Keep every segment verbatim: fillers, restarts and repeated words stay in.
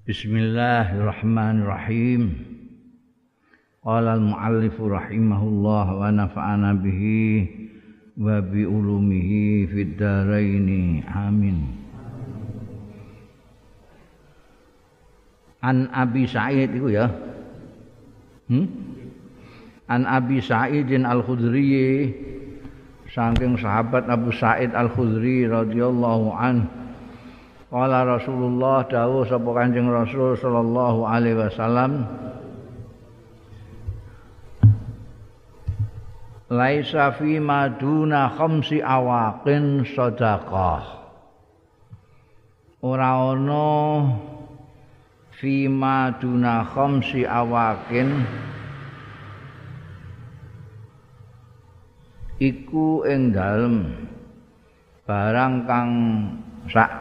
Bismillahirrahmanirrahim. Qala al-muallif rahimahullah wa nafa'ana bihi wa bi ulumihi fid dharain. Amin. An Abi Sa'id itu ya. Hmm? An Abi Sa'idin Al-Khudri, saking sahabat Abu Sa'id Al-Khudri radhiyallahu anhu. Qala Rasulullah, dawuh sapa Kanjeng Rasul sallallahu alaihi wasallam, laisa fi maduna khamsi awaqin shadaqah. Ora ana fi maduna khamsi awaqin iku ing dalem barang kang sak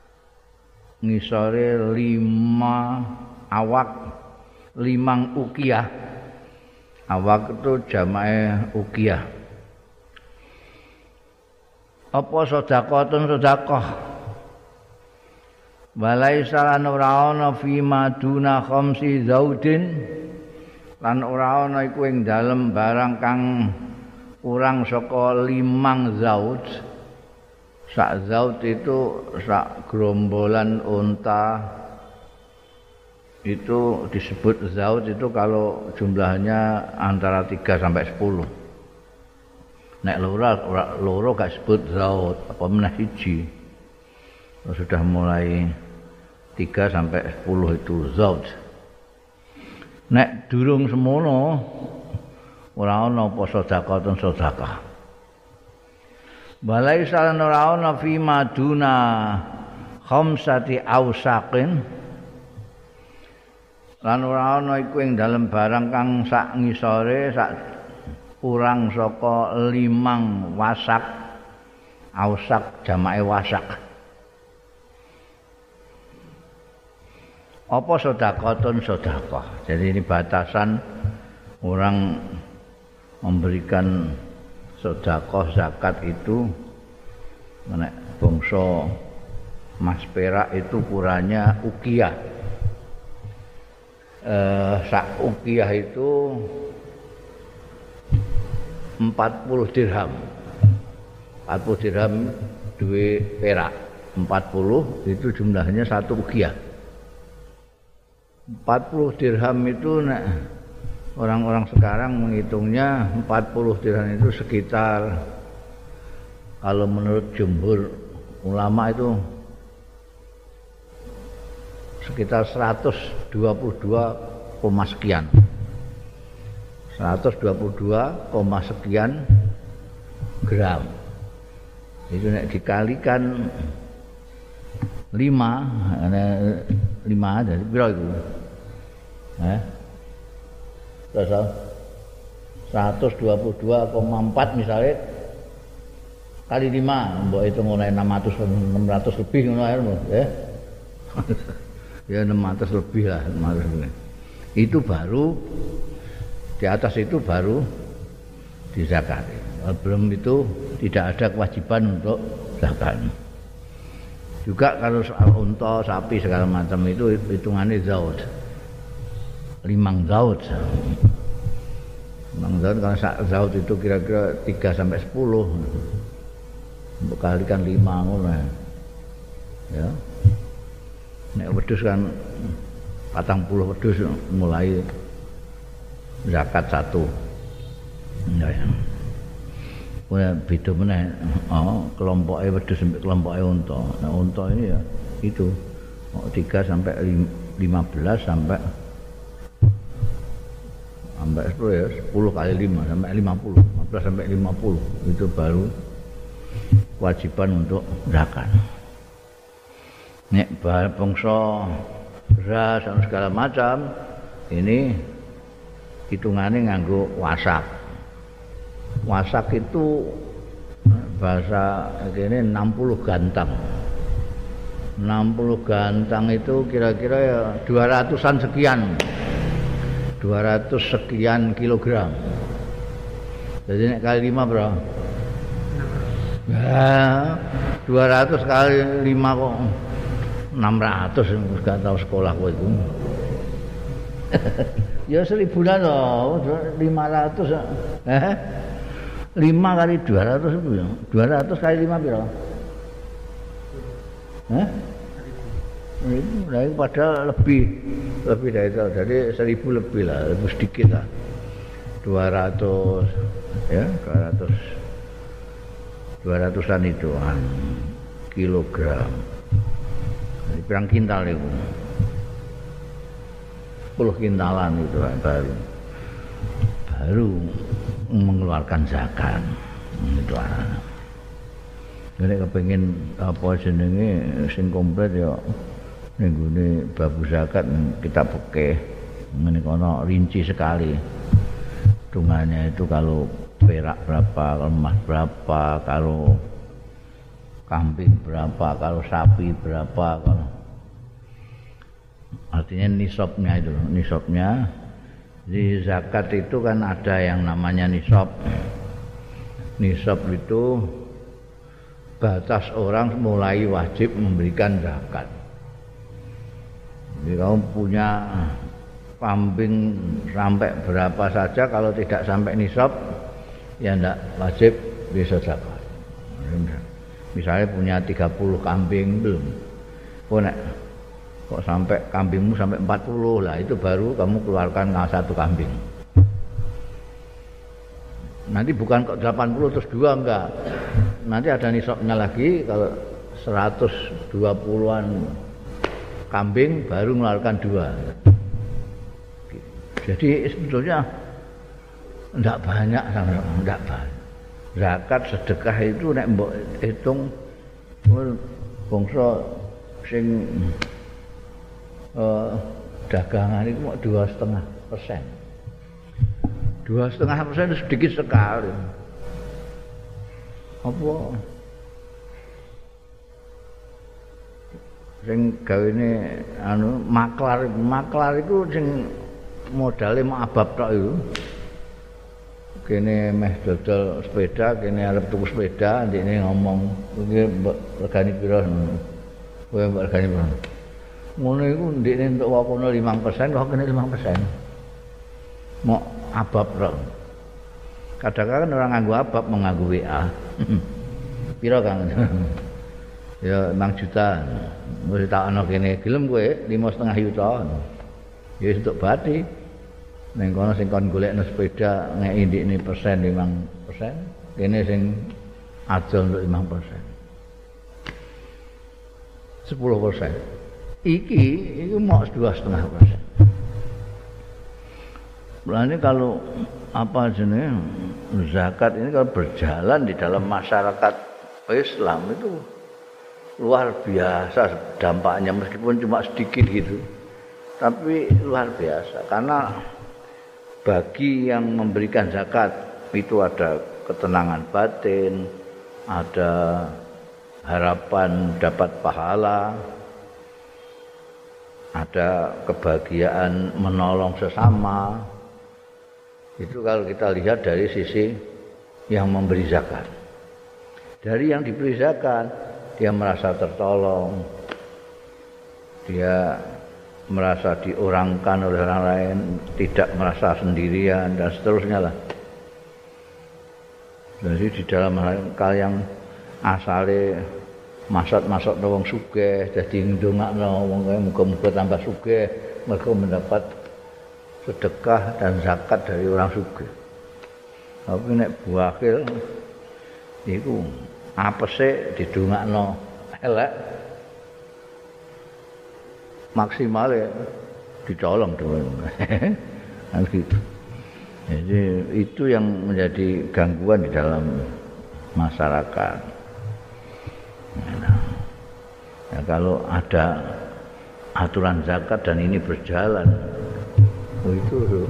ngisore lima awak, limang ukiyah. Awak itu jamae ukiyah. Apa sedekahun sedekah? Walaisa lan ora ana fi maduna khamsi zaudin, lan ora ana iku ing dalem barang kang kurang saka limang zaud. Sak zaud itu sak gerombolan unta, itu disebut zaud itu kalau jumlahnya antara tiga sampai sepuluh. Nek loro loro gak sebut zaud, apa meneh siji. Sudah mulai tiga sampai sepuluh itu zaud. Nek durung semono ora ana apa sedekah ten sedekah. Balai salan ora ana fi maduna khamsati ausaqin, lan ora ana iku ing dalem barang kang sak ngisore sak kurang saka limang wasak. Ausak jamake wasak. Apa sedekahun sedekah? Jadi ini batasan orang memberikan sedekah zakat itu, nek bangsa mas perak itu ukurannya ukiyah. Eh, sak ukiyah itu empat puluh dirham. empat puluh dirham duwe perak. empat puluh itu jumlahnya satu ukiyah. empat puluh dirham itu nek orang-orang sekarang menghitungnya empat puluh dirham itu sekitar, kalau menurut jumhur ulama itu sekitar seratus dua puluh dua, sekian. seratus dua puluh dua, sekian gram. Itu nek dikalikan lima, lima ada berapa itu? Eh? seratus dua puluh dua koma empat misalnya kali lima, mbok hitung oleh enam ratus enam ratus lebih ngono ae ya. Ya enam ratus lebih lah, enam ratus lebih. Itu baru di atas itu baru dizakati. Belum itu tidak ada kewajiban untuk zakat. Juga kalau soal unta, sapi segala macam itu hitungannya zaud. Limang zaud. Limang zaud kalau sak zaud itu kira-kira tiga sampai sepuluh. Kalikan lima ngono ya. Nek wedhus kan patang puluh wedhus mulai zakat satu. Ya ya. Kuwi beda meneh. Oh, kelompoke wedhus sampai kelompoke unta. Nah, unta ini ya itu tiga sampai lima belas sampai sampai sepuluh ya, sepuluh kali lima sampai lima puluh, lima belas sampai lima puluh itu baru kewajiban untuk zakat. Nek bangsa beras dan segala macam ini hitungannya nganggo wasak. Wasak itu bahasa kene enam puluh gantang. enam puluh gantang itu kira-kira ya dua ratusan sekian. dua ratus sekian kilogram. Jadi nek kali lima berapa? Nah, dua ratus kali lima kok enam ratus gak tahu sekolah kowe iku. Ya seribuan loh, lima ratus. Eh? lima kali dua ratus itu ya. dua ratus kali lima berapa? Hah? Nah, itu padahal lebih lebih dari itu. Jadi seribu lebih lah, lebih sedikit lah. dua ratus ya, dua ratus dua ratusan itu an kilogram. Jadi pirang kintal itu. sepuluh kintalan itu baru baru mengeluarkan zakat itu anak. Jadi kepengin apa jenenge sing komplit ya ning gone babu zakat kita pekeh ngene kono rinci sekali. Hitungannya itu kalau perak berapa, kalau emas berapa, kalau kambing berapa, kalau sapi berapa, kalau artinya nisabnya itu, nisabnya. Di zakat itu kan ada yang namanya nisab. Nisab itu batas orang mulai wajib memberikan zakat. Jadi kamu punya kambing sampai berapa saja, kalau tidak sampai nisab ya tidak wajib bisa zakat. Misalnya punya tiga puluh kambing belum, kok nek kok sampai kambingmu sampai empat puluh lah, itu baru kamu keluarkan satu kambing. Nanti bukan kok delapan puluh terus dua, enggak. Nanti ada nisabnya lagi, kalau seratus dua puluhan kambing baru mengeluarkan dua. Jadi sebetulnya enggak banyak sama, enggak banyak. Zakat sedekah itu nek mbok hitung bangsa sing Uh, dagangan itu mau dua setengah persen, dua setengah persen itu sedikit sekali. Apa? Sing gawe ini anu maklar, maklar itu sing modalnya mau abab tok itu. Kene meh dodol sepeda, kene arep tuku sepeda, ndekne ngomong iki regane pira? Kowe regane pira? Ngono iku ndekne entuk wakono lima persen, kok kene lima persen. Mau abab tok. Kadang-kadang orang nganggo abab mau nganggo W A. Pira Kang? Ya enam juta. Wis tak ana kene gelem kowe lima setengah juta. Ya untuk bati. Ning kono sing kon golekno sepeda ngeki ndikne persen lima persen, kene sing ajol untuk lima persen. sepuluh persen. Iki, itu mau dua setengah persen. Berarti kalau apa jenis zakat ini kalau berjalan di dalam masyarakat Islam itu luar biasa dampaknya, meskipun cuma sedikit gitu, tapi luar biasa. Karena bagi yang memberikan zakat itu ada ketenangan batin, ada harapan dapat pahala, ada kebahagiaan menolong sesama. Itu kalau kita lihat dari sisi yang memberi zakat. Dari yang diberi zakat, dia merasa tertolong, dia merasa diorangkan oleh orang lain, tidak merasa sendirian dan seterusnya lah. Jadi di dalam hal yang asale masuk-masuk wong sugih, dadi ndongakno wong kaya muga-muga tambah sugih mergo mendapat sedekah dan zakat dari orang sugih. Tapi nek buakil iku apese didongakno elek, maksimale dicolong dhewe. Kan gitu. Jadi itu yang menjadi gangguan di dalam masyarakat. Nah, ya kalau ada aturan zakat dan ini berjalan, oh itu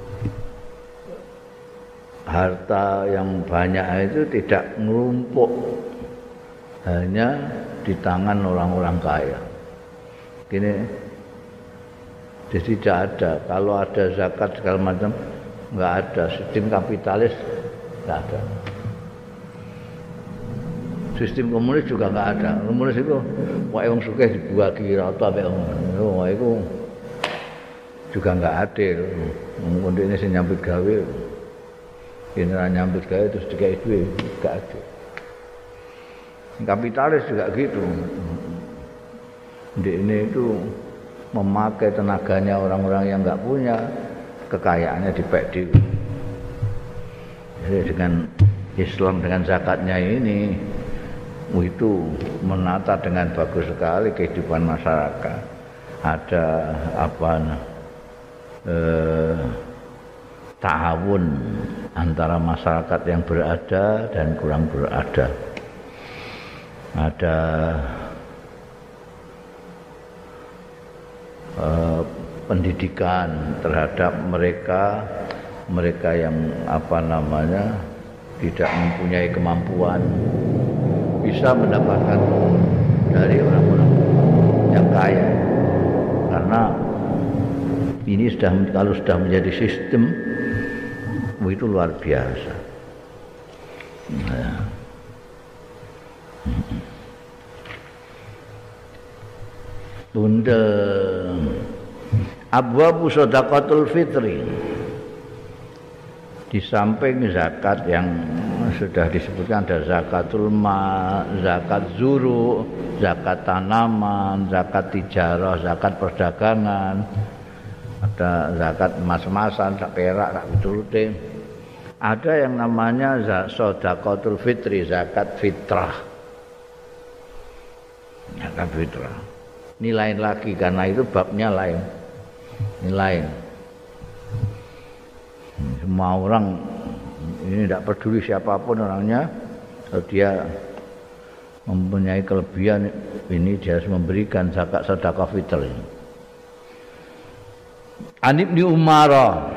harta yang banyak itu tidak menumpuk hanya di tangan orang-orang kaya. Gini, jadi tidak ada. Kalau ada zakat segala macam, nggak ada. Sistem kapitalis nggak ada. Sistem komunis juga nggak ada. Komunis itu wae wong sugih dibagi rata ambek wong. Wah iku juga nggak adil. Wong ndekne sing nyambut gawe general nyambut gawe terus dikai duit, nggak adil. Kapitalis juga gitu. Ndekne itu memakai tenaganya orang-orang yang nggak punya, kekayaannya dipek dhewe. Jadi dengan Islam dengan zakatnya ini itu menata dengan bagus sekali kehidupan masyarakat. Ada apa eh, ta'awun antara masyarakat yang berada dan kurang berada. Ada eh, pendidikan terhadap mereka mereka yang apa namanya tidak mempunyai kemampuan bisa mendapatkan dari orang-orang yang kaya, karena ini sudah kalau sudah menjadi sistem itu luar biasa. Nah. Bunda abwabu shadaqatul fitri, di samping zakat yang sudah disebutkan ada zakatul ma, zakat zuru, zakat tanaman, zakat tijarah, zakat perdagangan, ada zakat emas-emasan, sak perak, sak pitulute. Ada yang namanya shadaqatul fitri, zakat fitrah. Zakat fitrah. Ini lain lagi karena itu babnya lain. Ini lain. Semua orang ini tidak peduli siapapun orangnya, kalau dia mempunyai kelebihan ini dia harus memberikan zakat sedekah fitr. An Ibnu Umar,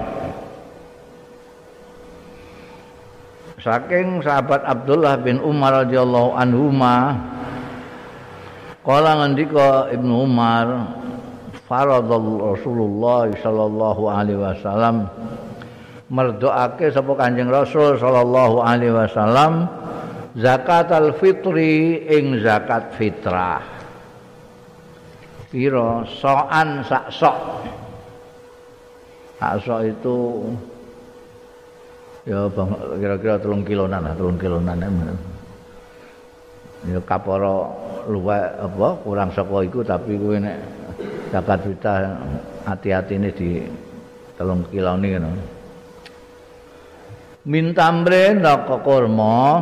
saking sahabat Abdullah bin Umar radhiyallahu anhuma, kala ngendika Ibnu Umar, faradallahu Rasulullah sallallahu alaihi wasallam, merdoake sapa Kanjeng Rasul sallallahu alaihi wasallam zakatul fitri ing zakat fitrah. Pira soan sak sok. Sak sok itu ya bang, kira-kira telung kilonan lah, telung kilonan ya kaporo luwih apa kurang saka iku, tapi kuwi nek zakat fitrah hati-hati ini di telung kilone ngono. Min tamrin laka kurma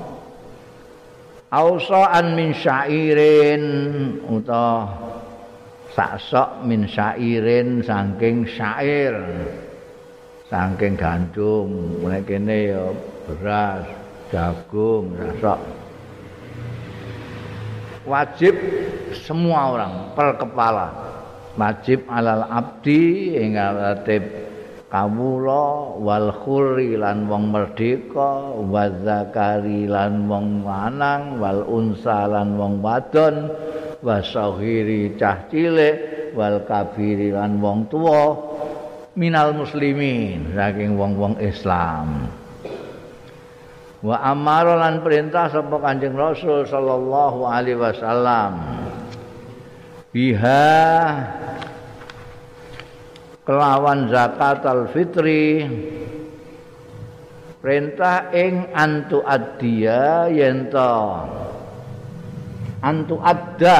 ausaan min syairin uta saksok min syairin saking syair saking gandum, mulai kene ya beras, jagung, saksok. Wajib semua orang per kepala, wajib alal abdi ing atip kawula wal khurri lan wong merdeka, wa zakari lan wong lanang, wal unsa lan wong wadon, wa saghiri cah cilik, wal kabiri lan wong tuwa, minal muslimin saking wong-wong Islam. Wa amara lan perintah sapa Kanjeng Rasul sallallahu alaihi wasallam biha kelawan zakat al-fitri, perintah ing antu addiya yento antu adda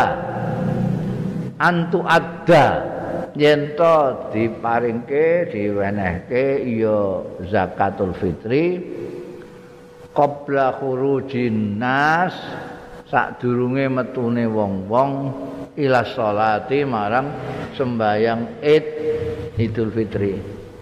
antu adda yento diparingke diwenehke iya zakatul fitri qabla khurujin nas sadurunge metune wong-wong ila sholati marang sembayang Id Idul Fitri.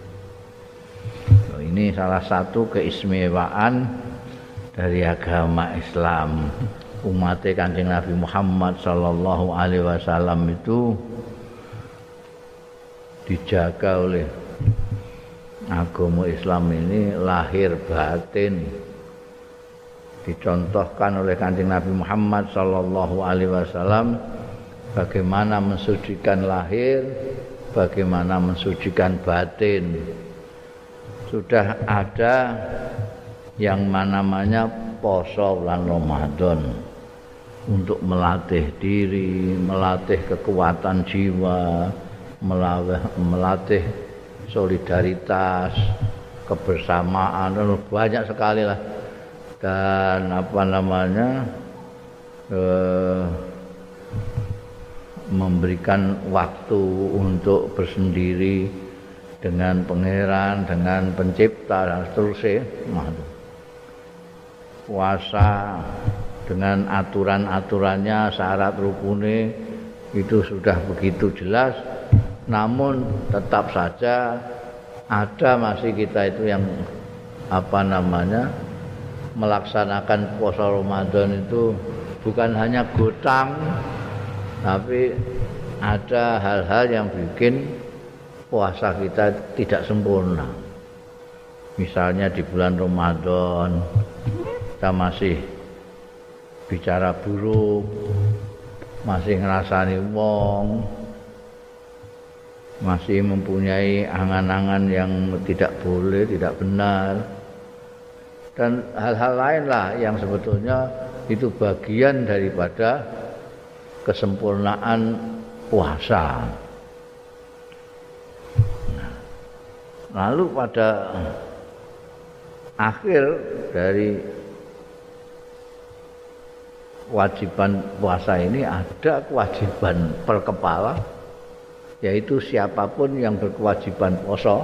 Ini salah satu keistimewaan dari agama Islam. Umat Kanjeng Nabi Muhammad sallallahu alaihi wasallam itu dijaga oleh agama Islam ini lahir batin, dicontohkan oleh Kanjeng Nabi Muhammad sallallahu alaihi wasallam bagaimana mensucikan lahir, bagaimana mensucikan batin. Sudah ada yang namanya poso bulan Ramadan untuk melatih diri, melatih kekuatan jiwa, melatih solidaritas, kebersamaan, banyak sekali lah. Dan apa namanya eh, memberikan waktu untuk bersendiri dengan pangeran, dengan pencipta dan seterusnya. Puasa dengan aturan-aturannya, syarat rukune itu sudah begitu jelas, namun tetap saja ada masih kita itu yang apa namanya melaksanakan puasa Ramadan itu bukan hanya gotang, tapi ada hal-hal yang bikin puasa kita tidak sempurna. Misalnya di bulan Ramadan kita masih bicara buruk, masih ngerasani wong, masih mempunyai angan-angan yang tidak boleh, tidak benar, dan hal-hal lain lah yang sebetulnya itu bagian daripada kesempurnaan puasa. Nah, lalu pada akhir dari kewajiban puasa ini ada kewajiban per kepala, yaitu siapapun yang berkewajiban puasa,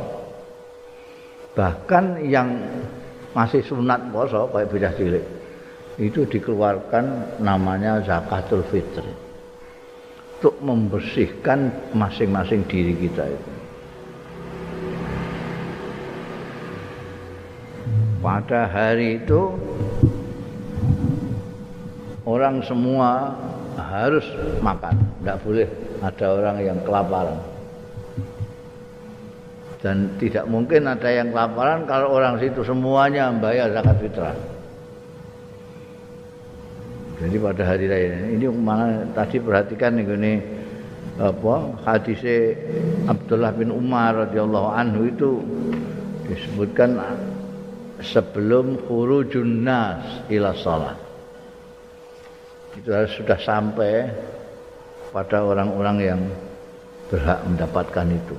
bahkan yang masih sunat puasa kayak bocah cilik itu dikeluarkan namanya zakatul fitri untuk membersihkan masing-masing diri kita itu. Pada hari itu orang semua harus makan, tidak boleh ada orang yang kelaparan. Dan tidak mungkin ada yang kelaparan kalau orang situ semuanya membayar zakat fitrah. Jadi pada hari raya ini, ini mana tadi perhatikan ini apa hadisnya Abdullah bin Umar radhiyallahu anhu itu disebutkan sebelum khurujun nas ila shalah. Itu harus sudah sampai pada orang-orang yang berhak mendapatkan itu.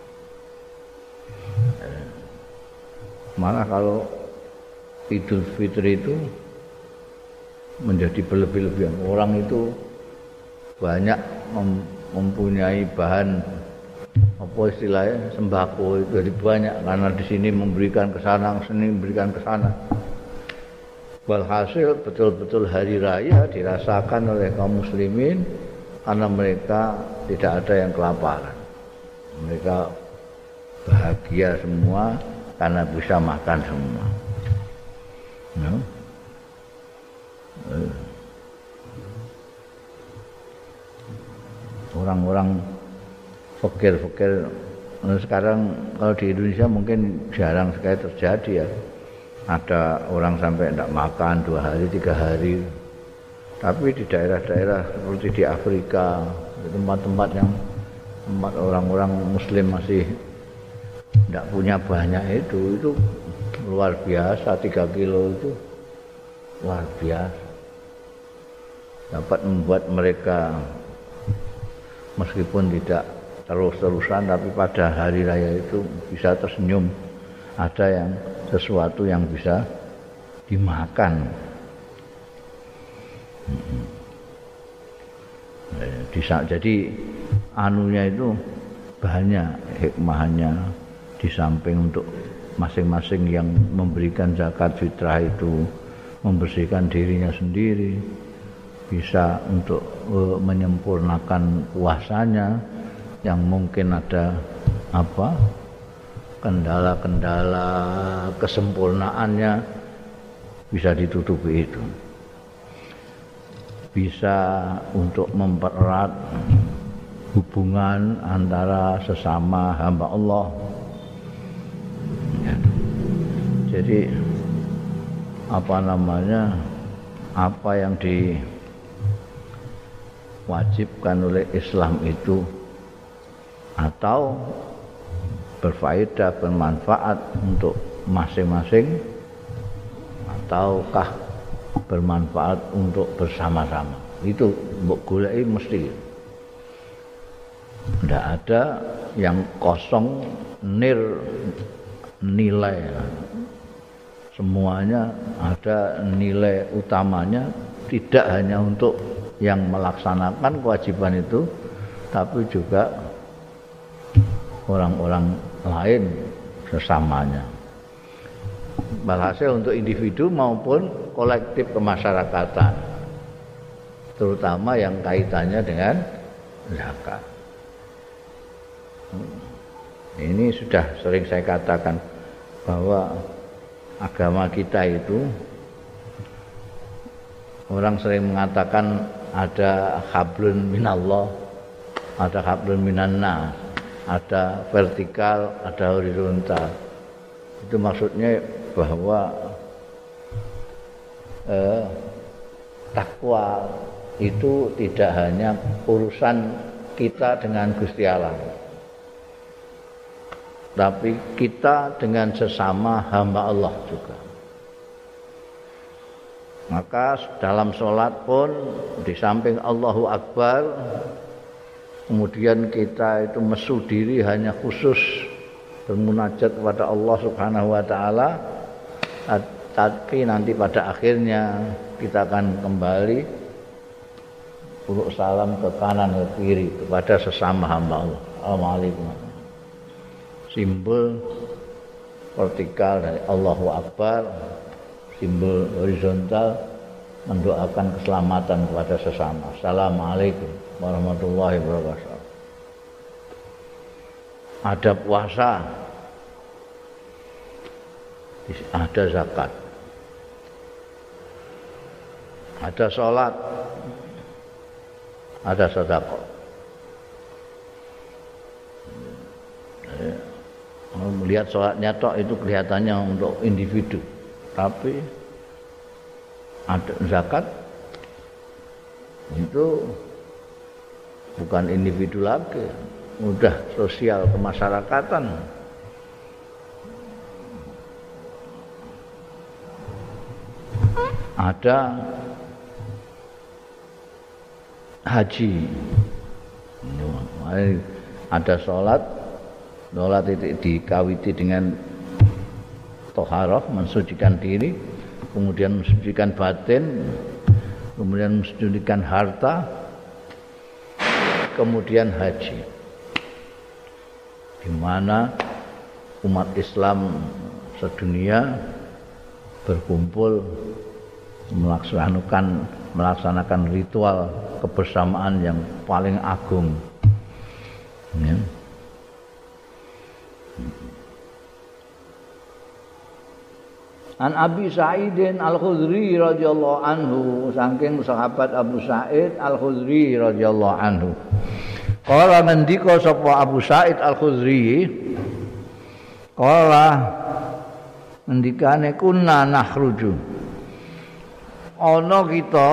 Malah kalau Idul Fitri itu menjadi berlebih-lebihan. Orang itu banyak mem mempunyai bahan apa istilahnya sembako itu jadi banyak karena di sini memberikan ke sana, sini memberikan ke sana. Walhasil betul-betul hari raya dirasakan oleh kaum muslimin karena mereka tidak ada yang kelaparan. Mereka bahagia semua karena bisa makan semua. No? Orang-orang fakir-fakir sekarang kalau di Indonesia mungkin jarang sekali terjadi ya. Ada orang sampai tidak makan dua hari, tiga hari. Tapi di daerah-daerah seperti di Afrika, di tempat-tempat yang tempat orang-orang Muslim masih tidak punya banyak itu, itu luar biasa. Tiga kilo itu luar biasa. Dapat membuat mereka meskipun tidak terus-terusan, tapi pada hari raya itu bisa tersenyum. Ada yang sesuatu yang bisa dimakan. Jadi anunya itu banyak hikmahnya. Di samping untuk masing-masing yang memberikan zakat fitrah itu membersihkan dirinya sendiri, bisa untuk uh, menyempurnakan puasanya yang mungkin ada apa kendala-kendala kesempurnaannya bisa ditutupi itu. Bisa untuk mempererat hubungan antara sesama hamba Allah. Ya. Jadi apa namanya apa yang diwajibkan oleh Islam itu atau berfaedah, bermanfaat untuk masing-masing, ataukah bermanfaat untuk bersama-sama. Itu mbok goleki mesti. Tidak ada yang kosong nir nilai. Semuanya ada nilai utamanya, tidak hanya untuk yang melaksanakan kewajiban itu, tapi juga orang-orang lain sesamanya. Walhasil untuk individu maupun kolektif kemasyarakatan, terutama yang kaitannya dengan zakat. Ini sudah sering saya katakan bahwa agama kita itu, orang sering mengatakan ada hablun minallah, ada hablun minannas, ada vertikal, ada horizontal. Itu maksudnya bahwa eh, takwa itu tidak hanya urusan kita dengan Gusti Allah, tapi kita dengan sesama hamba Allah juga. Maka dalam sholat pun di samping Allahu Akbar, kemudian kita itu mesu diri hanya khusus bermunajat kepada Allah Subhanahu wa taala, tapi nanti pada akhirnya kita akan kembali uluk salam ke kanan ke kiri kepada sesama hamba Allah. Assalamualaikum. Simbol vertikal dari Allahu Akbar, simbol horizontal mendoakan keselamatan kepada sesama. Assalamualaikum warahmatullahi wabarakatuh. Ada puasa, ada zakat, ada sholat, ada sedekah. Melihat sholatnya tok itu kelihatannya untuk individu, tapi ada zakat itu bukan individu lagi, udah sosial kemasyarakatan. Ada haji, ada sholat. Sholat itu dikawiti dengan toharoh, mensucikan diri, kemudian mensucikan batin, kemudian mensucikan harta, kemudian haji, di mana umat Islam sedunia berkumpul melaksanakan melaksanakan ritual kebersamaan yang paling agung. Ya. An Abi Sa'idin Al-Khudri radhiyallahu anhu, saking sahabat Abu Sa'id Al-Khudri radhiyallahu anhu. Qala ngendika sapa Abu Sa'id Al-Khudri, qala ngendikane kunna nakhruju. Ana kita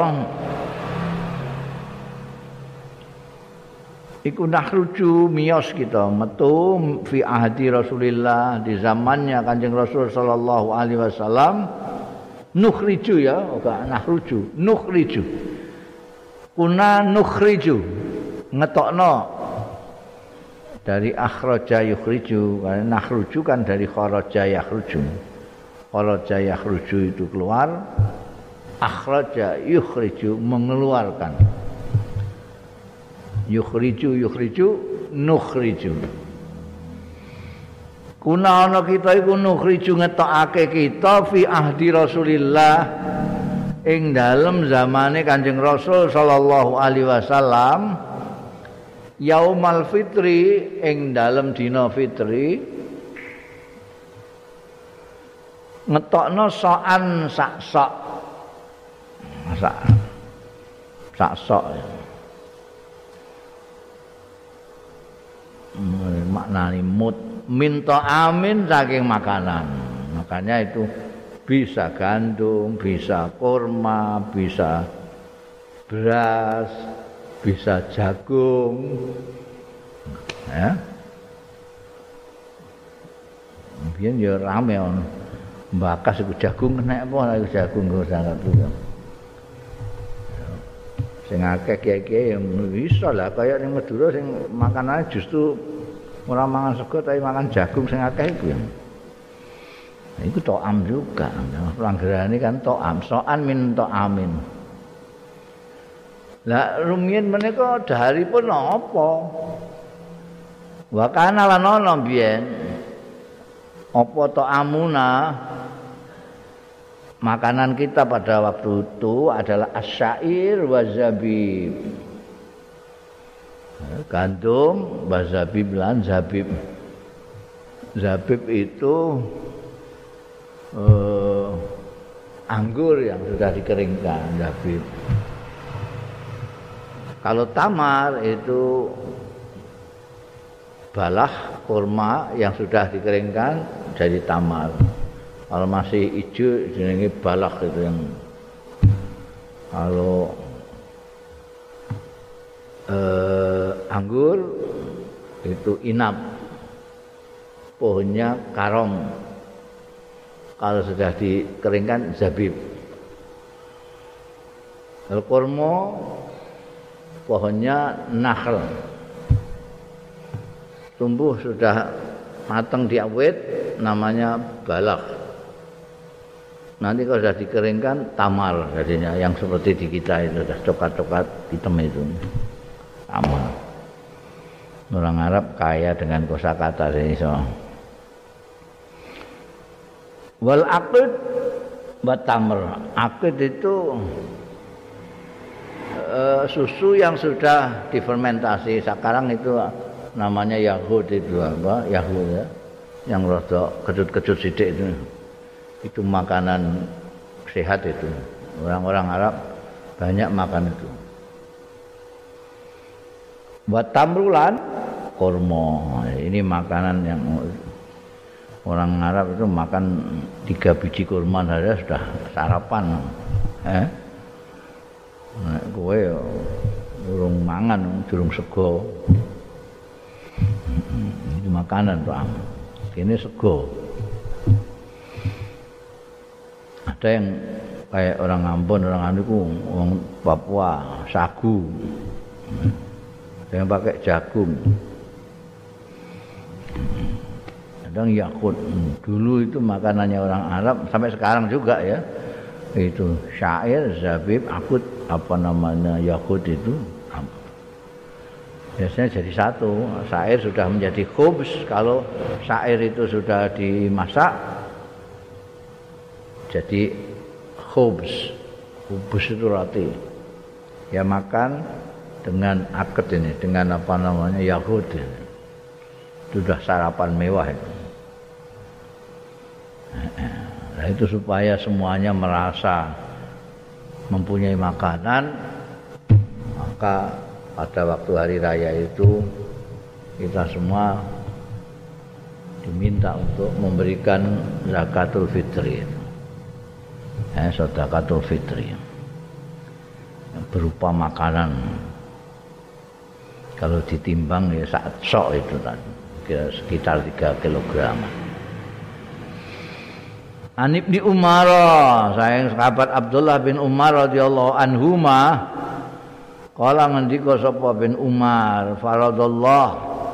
iku nakhruju miyos kita metu fi ahdi Rasulillah, di zamannya Kanjeng Rasul sallallahu alaihi wasallam. Nukhriju ya, ora nakhruju, nukhriju. Kuna nukhriju, ngetokno dari akhraja yukhriju, karena nakhruju kan dari kharaja yakhruju. Kharaja yakhruju itu keluar, akhraja yukhriju mengeluarkan. Yukhriju yukhriju nukhriju. Kuna ana kita iku nukhriju ngetokake kita fi ahdi Rasulillah, ing dalem zamane Kanjeng Rasul sallallahu alaihi wasallam, yaumal fitri, ing dalem dina fitri, ngetokno sokan sak sok sak sak sok ya. Maknani mut minta amin saking makanan. Makanya itu bisa gandum, bisa kurma, bisa beras, bisa jagung, ya. Biyen ya rame on. Mbakas iku jagung kena apa iku jagung kok sangat itu. Sing akeh kiai-kiai yang bisa lah kaya ning Madura sing makanane justru ora mangan sego tapi mangan jagung sing akeh iku ya. Nah, itu to'am juga. Pelanggaran ini kan to'am. So'an min to'amin. Lah rumiyin menika daharipun apa? Wa kana lan ana biyen apa to'amuna makanan kita pada waktu itu adalah asyair wa zabib. Gandum, wa zabib lan zabib. Zabib itu Uh, anggur yang sudah dikeringkan, zabib. Kalau tamar itu balah kurma yang sudah dikeringkan jadi tamar. Kalau masih hijau jenenge balah itu yang. Kalau uh, anggur itu inab, pohonnya karom. Kalau sudah dikeringkan zabib. Kalau kurma pohonnya nakhl. Tumbuh sudah matang di awet namanya balak. Nanti kalau sudah dikeringkan tamar jadinya yang seperti di kita itu sudah coklat-coklat hitam itu. Tamar. Orang Arab kaya dengan kosakata ini so. Wal aqid batamr. Aqid itu uh, susu yang sudah difermentasi. Sekarang itu namanya yahud itu apa? Yahud ya. Yang rada kecut-kecut sidik itu. Itu makanan sehat itu. Orang-orang Arab banyak makan itu. Batamrulan kurma. Ini makanan yang orang Arab itu makan tiga biji kurma saja sudah sarapan. Eh? Nah, kowe durung mangan, durung sego. Itu makanan tuh. Ini sego. Ada yang kayak orang Ambon, orang anu ku, orang Papua, sagu. Ada yang pakai jagung. Kadang yakut. Dulu itu makanannya orang Arab sampai sekarang juga ya. Itu syair, zabib, akut, apa namanya yakut itu. Biasanya jadi satu. Syair sudah menjadi khubz. Kalau syair itu sudah dimasak jadi khubz. Khubz itu roti. Ya makan dengan akut ini, dengan apa namanya yakut ini. Sudah sarapan mewah itu. Nah, itu supaya semuanya merasa mempunyai makanan, maka pada waktu hari raya itu kita semua diminta untuk memberikan zakatul fitri, eh, sedekatul fitri berupa makanan. Kalau ditimbang ya saat sok itu tadi sekitar tiga kilogram. An Ibnu Umar, sayang sahabat Abdullah bin Umar radhiyallahu anhuma, kala ngendika sapa bin Umar, faradallah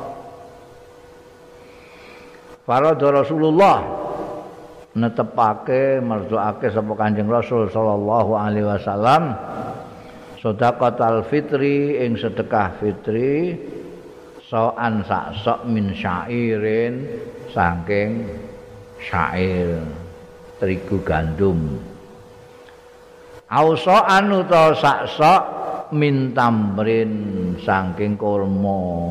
farad Rasulullah netepake mertuake sapa Kanjeng Rasul sallallahu alaihi wasallam sedekatul fitri ing sedekah fitri so'an sak sok min syairin saking syair terigu gandum auso'an utawa sak sok min tamrin saking kurma.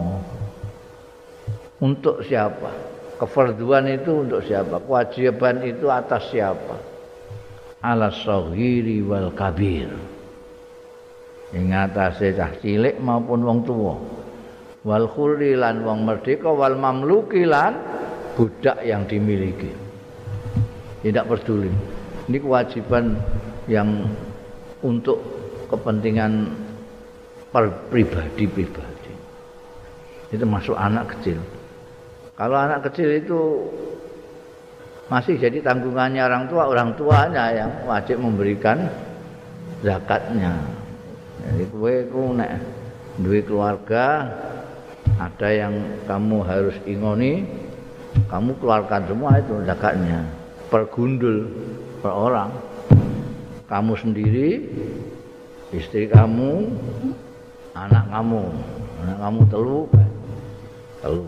Untuk siapa? Kefarduan itu untuk siapa? Kewajiban itu atas siapa? Ala shaghiri wal kabir, ing atase cah cilik maupun wong tuwa. Wal khurri lan wong merdeka, wal mamluki lan budak yang dimiliki. Tidak peduli. Ini kewajiban yang untuk kepentingan pribadi-pribadi. Itu masuk anak kecil. Kalau anak kecil itu masih jadi tanggungannya orang tua, orang tuanya yang wajib memberikan zakatnya. Jadi kowe ku nek duwe keluarga, ada yang kamu harus ingoni, kamu keluarkan semua itu zakatnya per gundul per orang. Kamu sendiri, istri kamu, anak kamu, anak kamu telu, telu.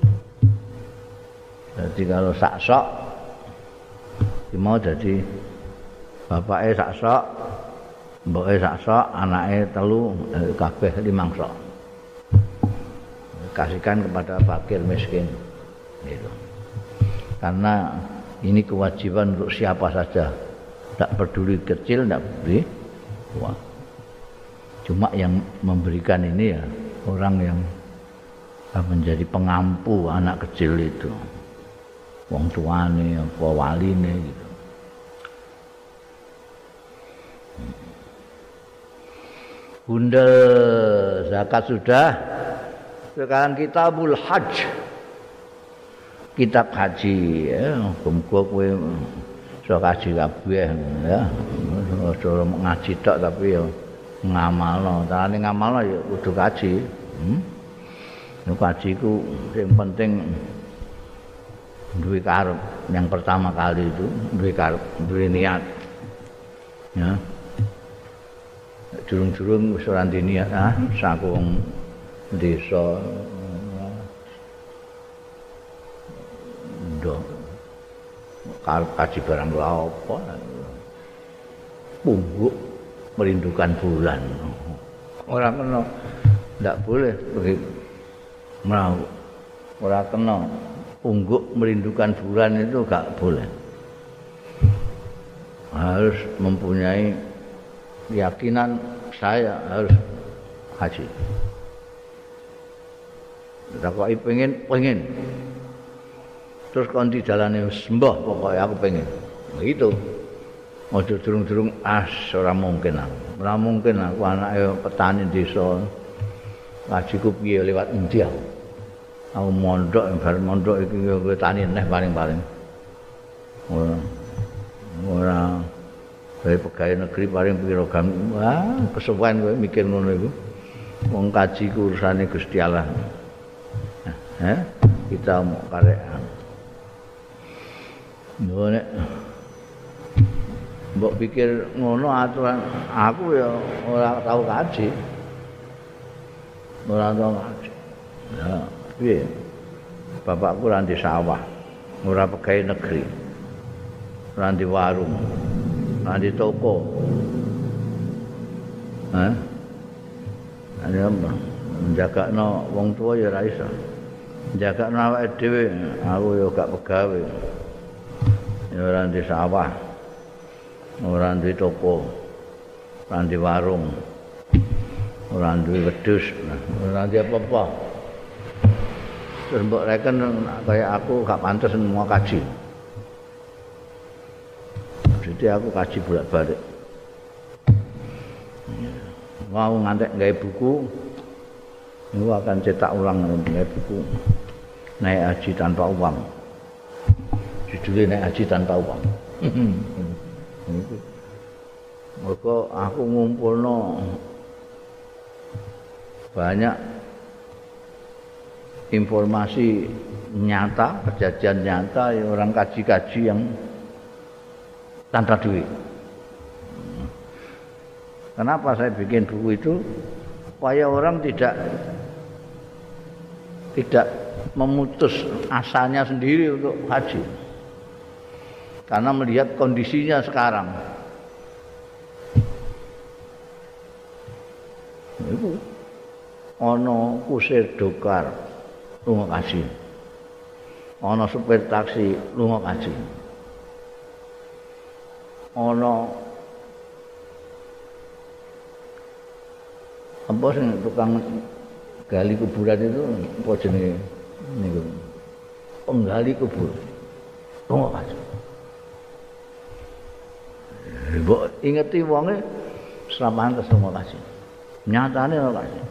Jadi kalau sak sok, mau jadi bapaknya sak sok, mboknya sak sok, anaknya telu, kabeh limang sok. Kasihkan kepada fakir miskin, gitu. Karena ini kewajiban untuk siapa saja, tidak peduli kecil, tidak peduli tua. Cuma yang memberikan ini ya orang yang menjadi pengampu anak kecil itu, wong tuane apa waline gitu. Bunda zakat sudah. Sekarang kitabul hajj, kitab haji ya, muga kowe iso kaji kabeh ya. Ora ngaji tok tapi ya ngamalno. Carane ngamalno ya kudu kaji. Hmm? Nek kaji ku sing penting duwe karep. Yang pertama kali itu duwe karep, duwe niat. Ya. Durung-durung wis ora niat ah, saku wong desa ndo karep kaji barang lha apa pungguk merindukan bulan ora kena ndak boleh begitu mau ora kena pungguk merindukan bulan itu gak boleh, harus mempunyai keyakinan saya harus haji. Takoki pengen, pengen. Terus kon di dalane sembah pokoknya aku pengen. Begitu. Aja durung-durung as ora mungkin aku. Ora mungkin aku anake petani desa. Ngajiku piye lewat endi aku. Aku mondok bar mondok iki kowe tani neh paling-paling. Ora. Ora dari pegawai negeri paling pira gam. Wah, kesuwen kowe mikir ngono iku. Wong kaji ku urusane Gusti Allah. Eh, kita mau karekan. Yo nek mbok pikir ngono aturan aku ya ora tau kaji. Ora tau kaji. Ya, piye? Bapakku ora di sawah, ora pegawai negeri. Ora di warung, ora di toko. Hah? Ana apa? Menjagakno wong tua ya ora iso. Jaga awake dhewe, aku ya gak pegawe. Ya ora di sawah. Ora di toko. Ora di warung. Ora duwe wedhus, ora di apa-apa. Terus mbok reken kaya aku gak pantes mau kaji. Jadi aku kaji bolak-balik. Mau ngantek gawe buku, aku akan cetak ulang gawe buku. Naik haji tanpa uang. Judulnya naik haji tanpa uang. Maka aku ngumpulno banyak informasi nyata, kejadian nyata ya orang kaji-kaji yang tanpa duit. Kenapa saya bikin buku itu? Supaya orang tidak tidak memutus asanya sendiri untuk haji. Karena melihat kondisinya sekarang. Itu ono kusir dokar lunga kaji. Ono supir taksi lunga kaji. Ono apa sing tukang gali kuburan itu apa jenenge niku penggali kubur lunga kaji. Mbok ingeti wonge selaman lunga kaji. Nyatane lunga kaji.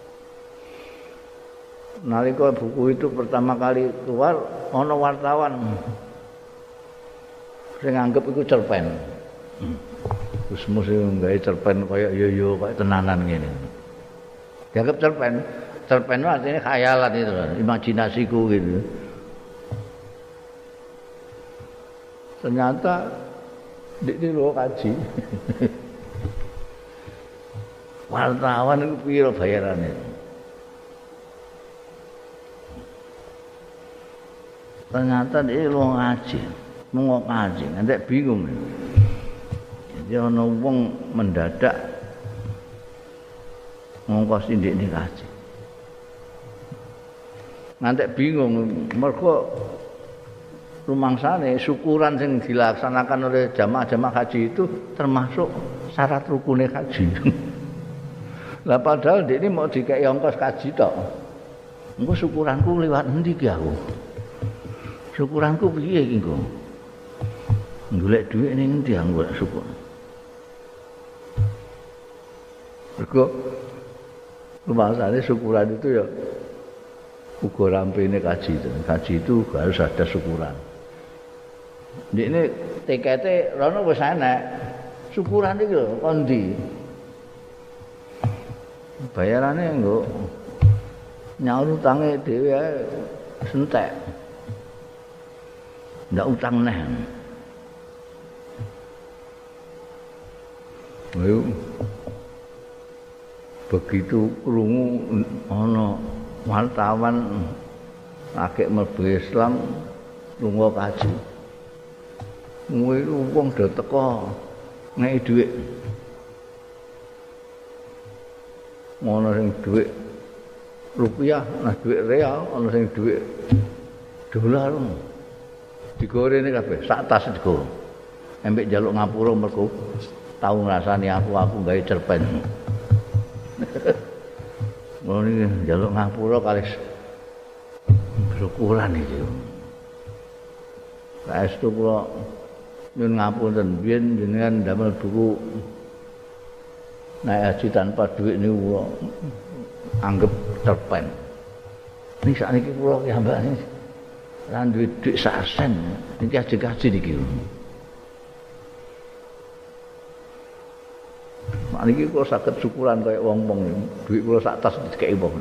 Nalika buku itu pertama kali keluar ana wartawan sing nganggep iku cerpen. Gusmus gawe cerpen kaya yo-yo kaya tenanan ngene. Dianggap cerpen. Cerpen itu artinya khayalan itu, imajinasiku gitu. Ternyata di ini loh kaji. Wartawan itu piro bayarannya. Ternyata dia loh ngaji, mau ngaji, nanti bingung. Jadi orang wong mendadak ngongkos indik ini kaji. Nanti bingung, mereka rumangsane syukuran yang dilaksanakan oleh jamaah-jamaah haji itu termasuk syarat rukunnya haji. Lah padahal ini mau dikai ongkos kaji tok. Engko syukuranku lewat endi ki aku? Syukuranku piye iki engko? Golek dhuwit ning endi aku golek syukur. Mergo rumangsane syukuran itu ya uga rampene kaji itu. Kaji itu harus ada syukuran. Ini tikete rono wis enek. Syukuran iki lho kondi. Bayarane nggo nyaur utange dhewe ae sentek. Ndak utang neh. Ayo. Begitu krungu ana wartawan akeh mlebu Islam lunga kaji. Kuwi wong do teko ngeki dhuwit. Ana sing dhuwit rupiah, ana dhuwit real, ana sing dhuwit dolar. Digorene kabeh, sak tas digo. Embek njaluk ngapura mergo tau ngrasani aku aku gawe cerpen. Ngono iki njaluk ngapura kali syukuran iki. Saestu kula nyuwun ngapunten biyen jenengan damel buku naik haji tanpa duit niku kula anggap cerpen. Niki sakniki kula ki ambane ra duwe dhuwit sak sen. Niki haji-haji niki. Niki kula saged syukuran kaya wong-wong dhuwit kula sak tas dikeki wong.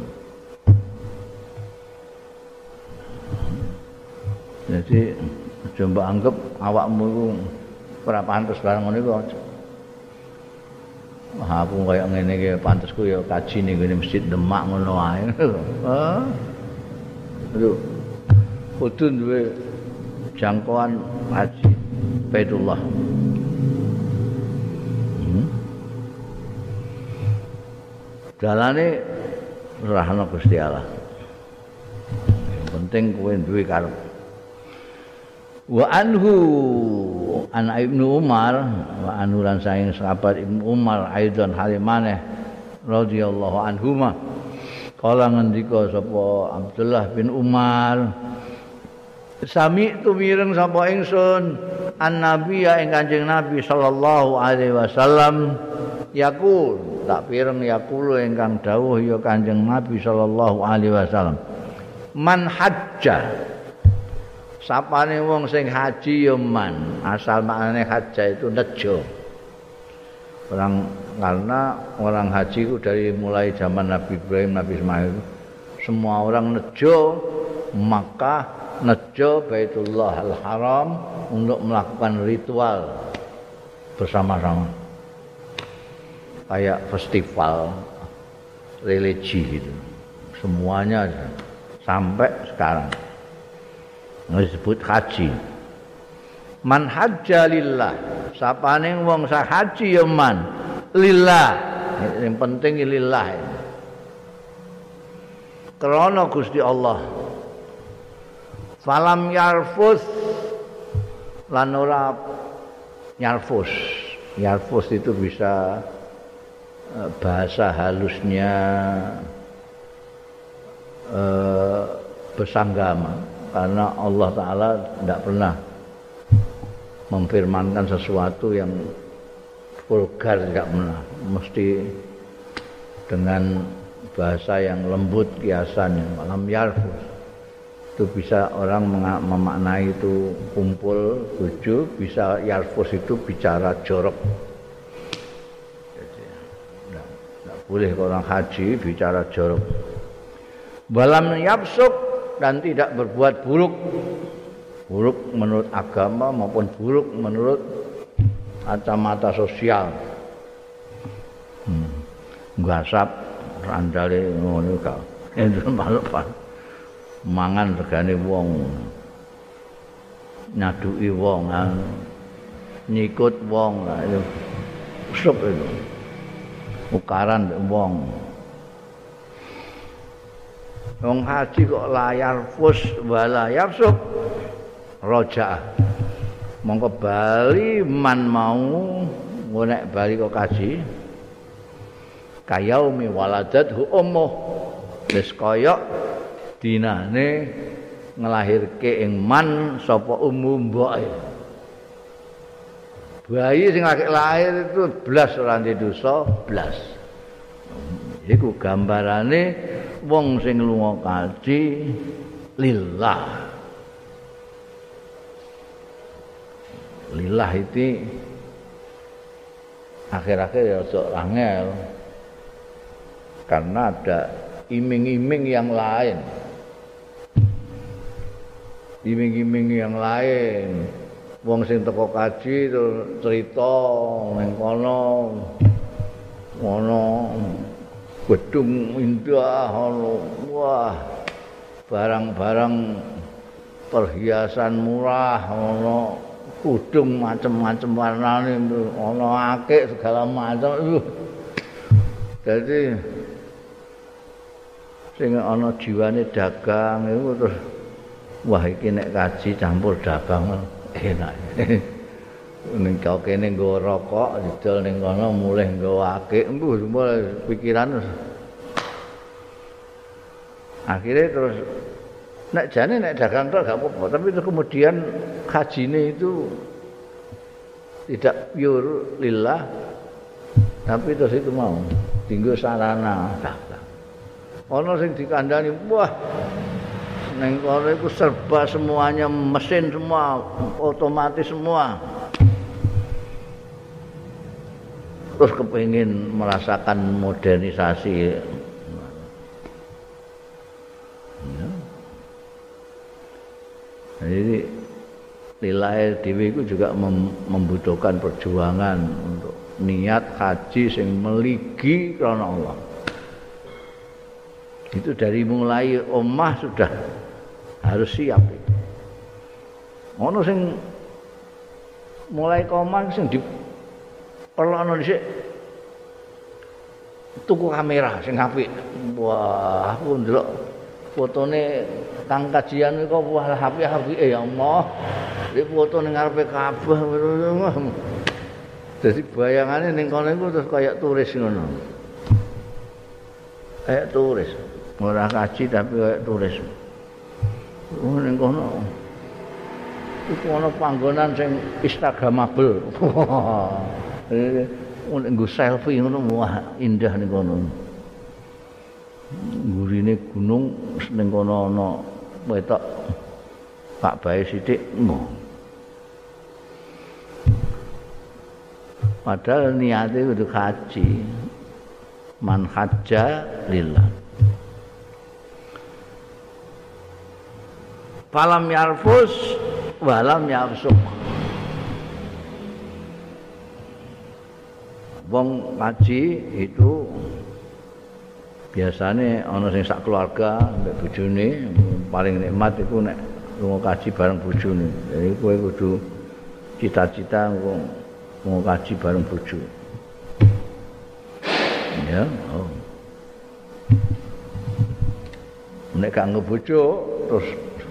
Jadi coba anggap awakmu iku ora pantes barang ngono iku. Wah aku kaya ngene iki pantesku ya kaji ning ngene Masjid Demak ngono ae. Hah? Aduh. Kudu duwe jangkauan haji Baitullah. Hmm? Dalane rahana Gusti Allah. Yang penting kowe duwe karep. Wa anhu an Ibnu Umar wa anhu lan saing sahabat Ibnu Umar aidan halimane radhiyallahu anhuma kala ngendika sapa Abdullah bin Umar sami tu mireng sapa ingsun an nabi ya ing Kanjeng Nabi sallallahu alaihi wasallam yaqul tak pireng yaqulu ingkang dawuh ya Kanjeng Nabi sallallahu alaihi wasallam man hajja sapane wong sing haji ya man, asal maknane haja itu nejo. Orang karena orang haji itu dari mulai zaman Nabi Ibrahim, Nabi Ismail semua orang nejo Makkah, nejo Baitullah Al-Haram untuk melakukan ritual bersama-sama. Kayak festival religi gitu. Semuanya sampai sekarang. Disebut haji. Man hajja lillah. Sapane wong sak haji ya man lillah. Yang penting lillah. Krana Gusti Allah. Falam yarfus lan ora yarfus. Yarfus itu bisa bahasa halusnya eh, bersanggama. Karena Allah Ta'ala tidak pernah memfirmankan sesuatu yang vulgar, tidak pernah. Mesti dengan bahasa yang lembut kiasannya. Malam yarfus itu bisa orang memaknai itu kumpul tujuh, bisa yarfus itu bicara jorok. boleh orang haji bicara jorok. Walam yafsuk dan tidak berbuat buruk. Buruk menurut agama maupun buruk menurut kacamata sosial. Hmm. Gasap randale ngono ka. Itu maluk mangan regane wong. Nyaduki wong, nyikut wong lah itu. Sup itu. Ukaran wong. Wong haji kok layar fus wala yafsuk roja. Mongko bali man mau ngonek bali kok kaji. Kayaumi waladathu ummuh. Wis kaya dinane ngelahirke ing man sapa ummu mboke. Bayi sing lagi lahir itu blas ora ndek dosa, blas. Iku gambarane wong sing lunga kaji lillah. Lillah itu akhir-akhir ya sok angel. Karena ada iming-iming yang lain. Iming-iming yang lain. Wong sing teko kaji terus cerita ning kono ngono gedung indah ono wah barang-barang perhiasan murah ono kudung macam-macam warnane ono akeh segala macam uh. Jadi sing ana jiwane dagang iku terus wah iki nek kaji campur dagang enak. Ning kok kene nggo rokok didol ning kono mulih nggo akeh mbuh pikiran. Akhirnya terus nek jane nek dagang tok gak apa-apa, tapi itu kemudian hajine itu tidak pure lillah. Tapi terus itu mau tinggal sarana dagang. Ono sing dikandani wah ning kono iku serba semuanya mesin semua, otomatis semua. Terus kepengin merasakan modernisasi. Ya. Jadi nilai dhewe iku juga mem membutuhkan perjuangan untuk niat haji sing meligi krana Allah. Itu dari mulai omah sudah harus siap. Ono sing mulai omah sing di perlono dhisik tuku kamera sing apik. Wah, aku ndelok fotone kang kajian kok wah apik-apike ya Allah. Iki foto ning ngarepe Ka'bah. Dadi bayangane ning kono iku terus kayak turis ngono. Kayak turis. Ora kaji tapi kayak turis. Oh ning kono. Iku ana panggonan sing instagramable. Eh nggo selfie ngono wah indah ning kono. Gurine gunung ning kono ana wetok Ka'bah sithik ngono. Padahal niatnya untuk haji. Man hajja lillah. Falam yarfus walam yafsuk. Wong haji itu biasanya ana sing sak keluarga mbek bojone paling nikmat iku nek lunga kaji bareng bojone. Jadi kowe kudu cita-cita mau kaji bareng bojo. Ya, oh. Nek gak ngebojo terus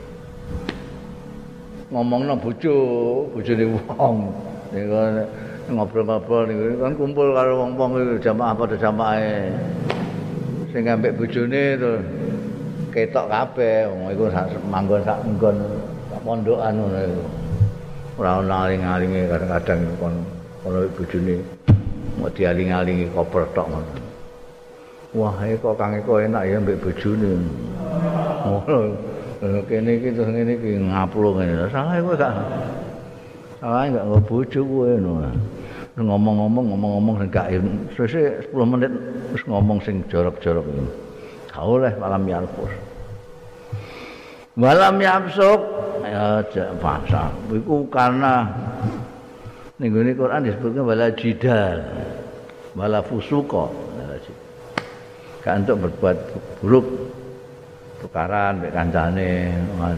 ngomongno bojo, bojone wong. Nek ngobrol-ngobrol niku kan kumpul karo wong-wong iku jamaah pada jamaahe. Sing ambek bojone terus ketok kabeh wong iku manggon sak nggon pondokan ngono iku. Ora ana aling-alinge kadang-kadang kono. Kalau bojone mau dialing-alingi koper tok ngono. Wah, kok kang eko enak ya mbek bojone. Ngono. Kene iki terus ngene iki ngaplo ngene. Salah kowe gak. Salah gak nggo bojo kowe ngono. ngomong-ngomong ngomong-ngomong sing gak sesuk sepuluh menit wis ngomong sing jorok-jorok iki. Gak oleh malam yarfus. Malam yafsuk ya bahasa iku karena ning ngene Quran disebutkan wala jidal. Wala fusuqa. Gak untuk berbuat buruk tukaran mek kancane.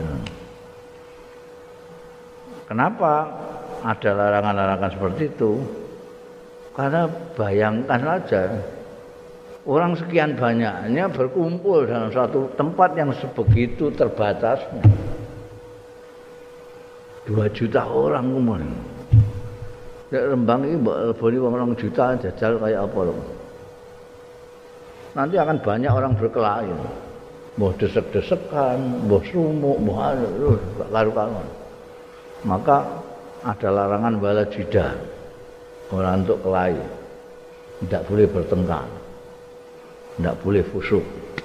Kenapa ada larangan-larangan seperti itu? Karena bayangkan saja orang sekian banyaknya berkumpul dalam suatu tempat yang sebegitu terbatasnya. Dua juta orang kemudian. Nek Rembang ini leboni orang juta jajal kayak apa loh. Nanti akan banyak orang berkelahi. Mbah desek-desekan, mbah sumuk, mbah anu, karu-karuan. Maka ada larangan wala jidah. Orang untuk kelahi. Tidak boleh bertengkar. Tidak boleh fusuk.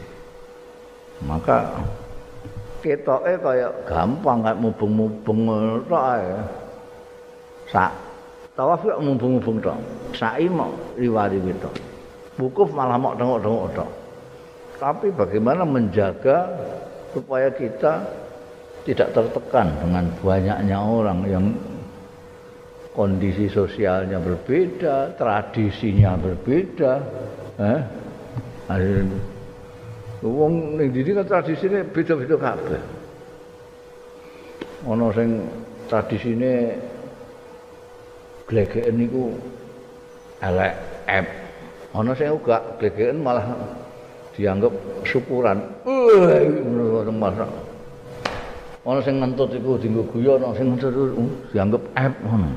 Maka ketoke kayak gampang kayak mubeng-mubeng tok ae. Sak tawaf kok mubeng-mubeng tok. Sa'i mau riwari tok. Wukuf malah mau tengok-tengok tok. Tapi bagaimana menjaga supaya kita tidak tertekan dengan banyaknya orang yang kondisi sosialnya berbeda, tradisinya berbeda, eh? Wong ning ndi kan tradisine beda-beda kabeh. Ana sing tradisine glegeken niku elek ep. Ana sing uga glegeken malah dianggap syukuran. Wah, ngono masak. Ana sing ngentut iku dienggo guyon, ana sing ngentut dianggap ep ngono.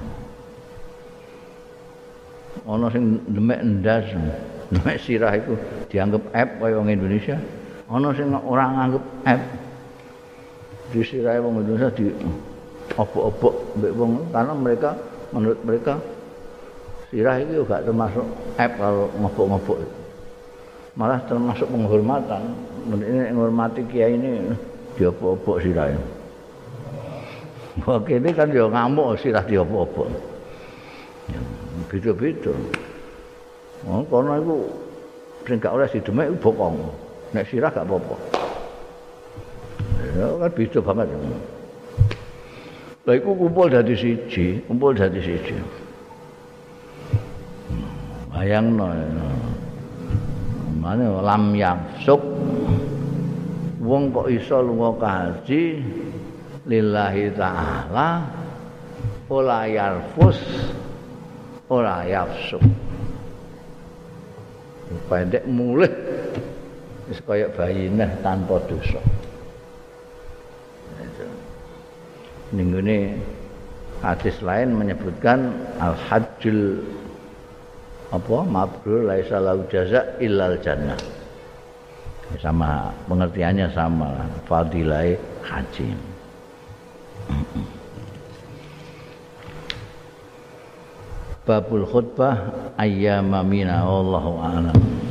Ana sing demek ndas, demek sirah iku dianggap ep kaya wong Indonesia. Ana sing ora nganggep ep. Di sirahe wong Indonesia di obok-obok mbek wong karena mereka menurut mereka sirah iki juga termasuk ep kalau ngobok-ngobok. Malah termasuk penghormatan. Ini menghormati kiai ini diobok-obok sirahe. Wah kene kan ya ngamuk sirah diobok-obok. Beda-beda. Oh, kono iku sing gak oleh didemek bokong. Nek sirah gak apa-apa. Ya kan beda banget. Lah iku kumpul dadi siji, kumpul dadi siji. Bayangno. Mane lam yafsuk wong kok iso lunga kaji lillahi taala ora yarfus ora yafsuk. Pendek mulih wis kaya bayineh tanpa dosa. Ning ngene hadis lain menyebutkan al-hajjul apa mabrur laisa lahu jaza illal jannah. Sama pengertiannya sama fadilah haji. Babul khutbah ayyama mina wallahu a'lam.